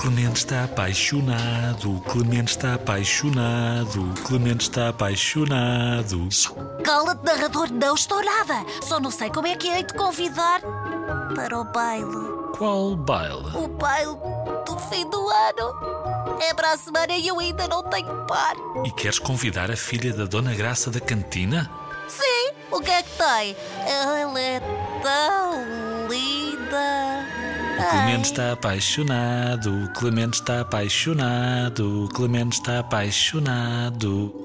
Clemente está apaixonado, Clemente está apaixonado, Clemente está apaixonado. Cala-te, narrador, não estou nada. Só não sei como é que hei de convidar para o baile. Qual baile? O baile do fim do ano. É para a semana e eu ainda não tenho par. E queres convidar a filha da Dona Graça da cantina? Sim, o que é que tem? Ela é tão linda. O Clemente está apaixonado, Clemente está apaixonado, Clemente está apaixonado.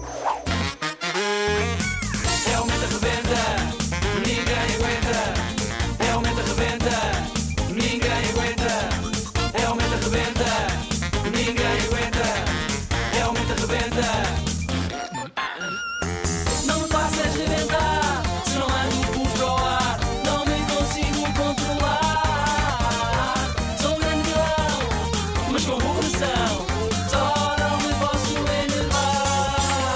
Realmente arrebenta, ninguém aguenta. Realmente arrebenta, ninguém aguenta. Realmente arrebenta, ninguém aguenta. Realmente arrebenta. Não me faças rebentar, se não ando por para o ar, não me consigo controlar. Sou um grande vilão, mas com bom coração, só não me posso enervar.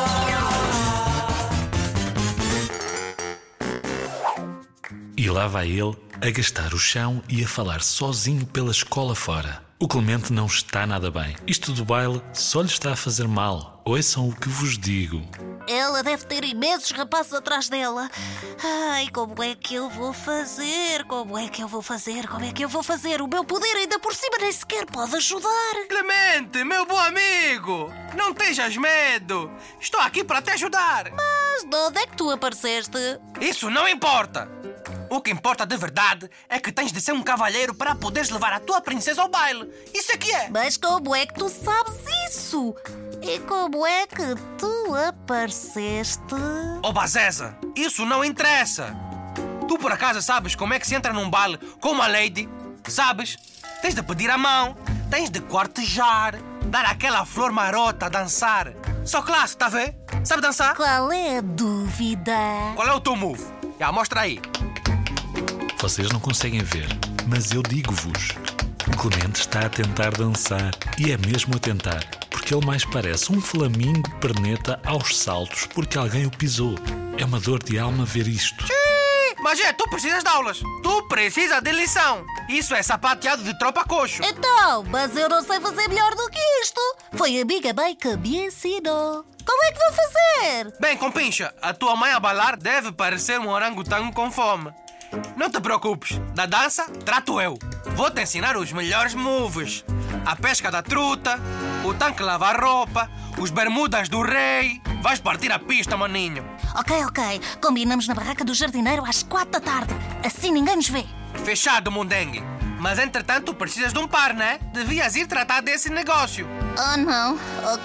E lá vai ele a gastar o chão e a falar sozinho pela escola fora. O Clemente não está nada bem. Isto do baile só lhe está a fazer mal. Ouçam o que vos digo. Ela deve ter imensos rapazes atrás dela. Ai, como é que eu vou fazer? Como é que eu vou fazer? Como é que eu vou fazer? O meu poder ainda por cima nem sequer pode ajudar. Clemente, meu bom amigo, não tenhas medo. Estou aqui para te ajudar. Mas de onde é que tu apareceste? Isso não importa. O que importa de verdade é que tens de ser um cavalheiro para poderes levar a tua princesa ao baile. Isso é que é. Mas como é que tu sabes isso? E como é que tu apareceste? Oh, Bazeza, isso não interessa. Tu por acaso sabes como é que se entra num baile com uma lady? Sabes? Tens de pedir a mão, tens de cortejar, dar aquela flor marota, dançar. Só classe, tá a ver? Sabe dançar? Qual é a dúvida? Qual é o teu move? Já, mostra aí. Vocês não conseguem ver, mas eu digo-vos. O Clemente está a tentar dançar. E é mesmo a tentar, porque ele mais parece um flamingo perneta aos saltos porque alguém o pisou. É uma dor de alma ver isto. Mas tu precisas de aulas. Tu precisas de lição. Isso é sapateado de tropa coxo. Então, mas eu não sei fazer melhor do que isto. Foi a minha mãe que me ensinou. Como é que vou fazer? Bem, compincha, a tua mãe a bailar deve parecer um orangotango com fome. Não te preocupes, da dança trato eu. Vou te ensinar os melhores moves. A pesca da truta, o tanque lavar roupa, os bermudas do rei. Vais partir a pista, maninho. Ok. Combinamos na barraca do jardineiro às 4 da tarde. Assim ninguém nos vê. Fechado, mundengue. Mas entretanto precisas de um par, né? Devias ir tratar desse negócio. Oh, não.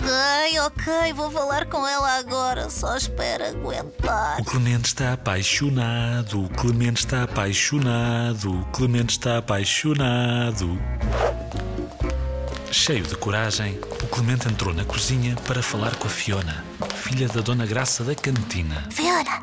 Ok. Vou falar com ela agora. Só espera aguentar. O Clemente está apaixonado, o Clemente está apaixonado, o Clemente está apaixonado. Cheio de coragem, o Clemente entrou na cozinha para falar com a Fiona, filha da Dona Graça da cantina. Fiona!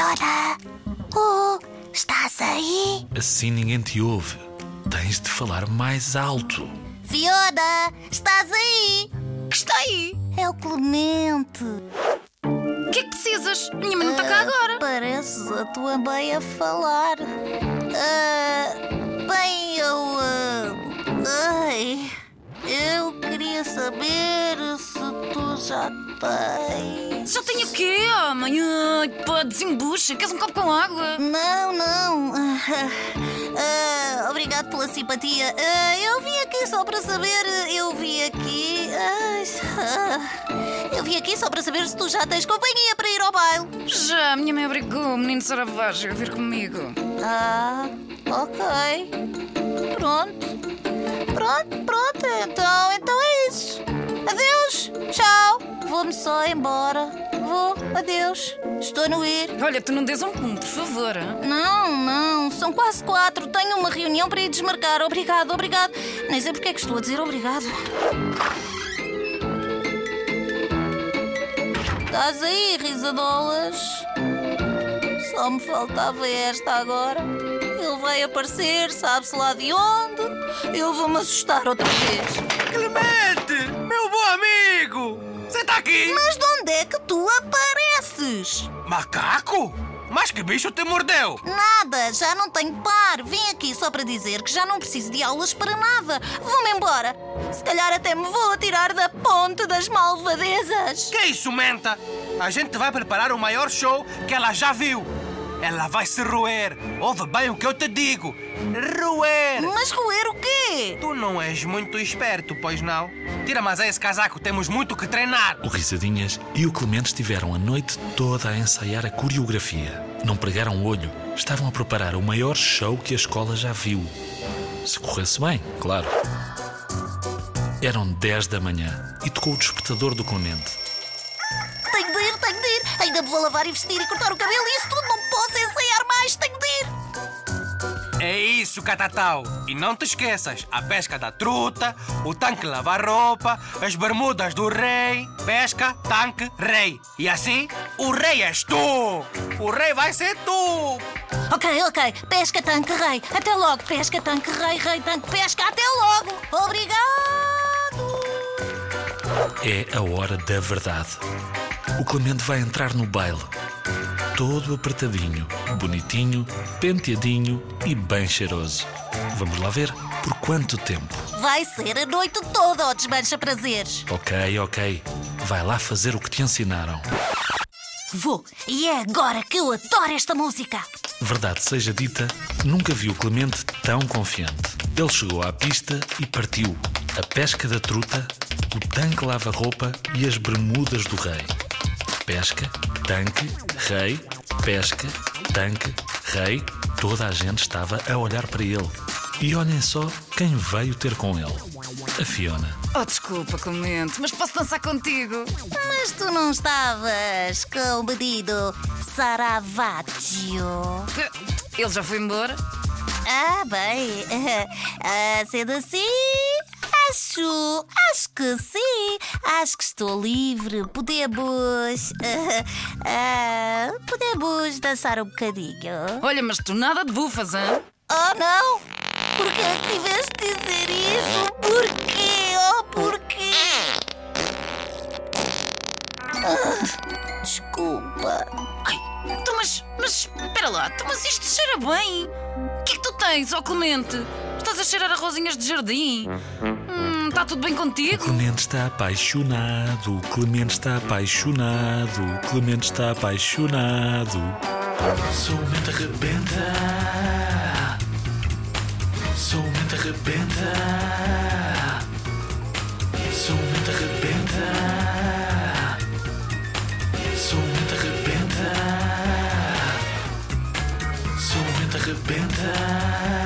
Estás aí? Assim ninguém te ouve. Tens de falar mais alto. Fiona! Estás aí? Que está aí? É o Clemente. O que é que precisas? Minha mãe não está cá agora. Pareces a tua mãe a falar. Bem, eu queria saber se tu já tens. Já tenho o quê, mãe? Ai, pá, desembucha. Queres um copo com água? Não. Obrigado pela simpatia. Eu vim aqui só para saber. Eu vim aqui só para saber se tu já tens companhia para ir ao baile. Já, minha mãe obrigou o menino Saravaggio a vir comigo. Ok. Pronto. Então é isso. Adeus. Tchau. Vou-me só embora. Adeus. Estou no ir. Olha, tu não dês um por favor. Não. São quase 4. Tenho uma reunião para ir desmarcar. Obrigado. Nem sei porque é que estou a dizer obrigado. Estás aí, risadolas? Só me faltava esta agora. Ele vai aparecer, sabe-se lá de onde. Eu vou-me assustar outra vez. Clemente, meu bom amigo! Você está aqui? Mas de onde é que tu apareces? Macaco? Mas que bicho te mordeu? Nada, já não tenho par. Vim aqui só para dizer que já não preciso de aulas para nada. Vou-me embora. Se calhar até me vou atirar da ponte das malvadezas. Que é isso, menta? A gente vai preparar o maior show que ela já viu. Ela vai se roer. Ouve bem o que eu te digo. Roer! Mas roer o quê? Tu não és muito esperto, pois não? Tira mais aí esse casaco, temos muito que treinar. O Risadinhas e o Clemente estiveram a noite toda a ensaiar a coreografia. Não pregaram o olho. Estavam a preparar o maior show que a escola já viu. Se corresse bem, claro. Eram 10 da manhã e tocou o despertador do Clemente. Tenho de ir. Ainda me vou lavar e vestir e cortar o cabelo e isso tudo. Não posso ensaiar mais, tenho de ir. É isso, Catatau. E não te esqueças, a pesca da truta, o tanque lavar roupa, as bermudas do rei, pesca, tanque, rei. E assim, o rei és tu. O rei vai ser tu. Ok. Pesca, tanque, rei. Até logo. Pesca, tanque, rei, tanque, pesca. Até logo. Obrigado. É a hora da verdade. O Clemente vai entrar no baile. Todo apertadinho, bonitinho, penteadinho e bem cheiroso. Vamos lá ver por quanto tempo. Vai ser a noite toda, ó desmancha prazeres. Ok. Vai lá fazer o que te ensinaram. Vou. E é agora que eu adoro esta música. Verdade seja dita, nunca vi o Clemente tão confiante. Ele chegou à pista e partiu. A pesca da truta, o tanque lava-roupa e as bermudas do rei. Pesca, tanque, rei, pesca, tanque, rei. Toda a gente estava a olhar para ele. E olhem só quem veio ter com ele. A Fiona. Oh, desculpa, Clemente, mas posso dançar contigo? Mas tu não estavas com o pedido Saravaggio. Ele já foi embora? Ah, bem. Sendo assim, acho que sim. Acho que estou livre. Podemos dançar um bocadinho. Olha, mas tu nada de bufas, hein? Oh, não! Porquê é que tiveste de dizer isso? Porquê? Oh, porquê? Desculpa. Ai, tu, mas espera lá, mas isto cheira bem. O que é que tu tens, ó Clemente? Estás a cheirar a rosinhas de jardim? Está tudo bem O contigo? Clemente está apaixonado. O Clemente está apaixonado. O Clemente está apaixonado. Sou o mente arrebenta. Sou o mente arrebenta. Sou o mente arrebenta. Sou o mente arrebenta. Sou o mente arrebenta.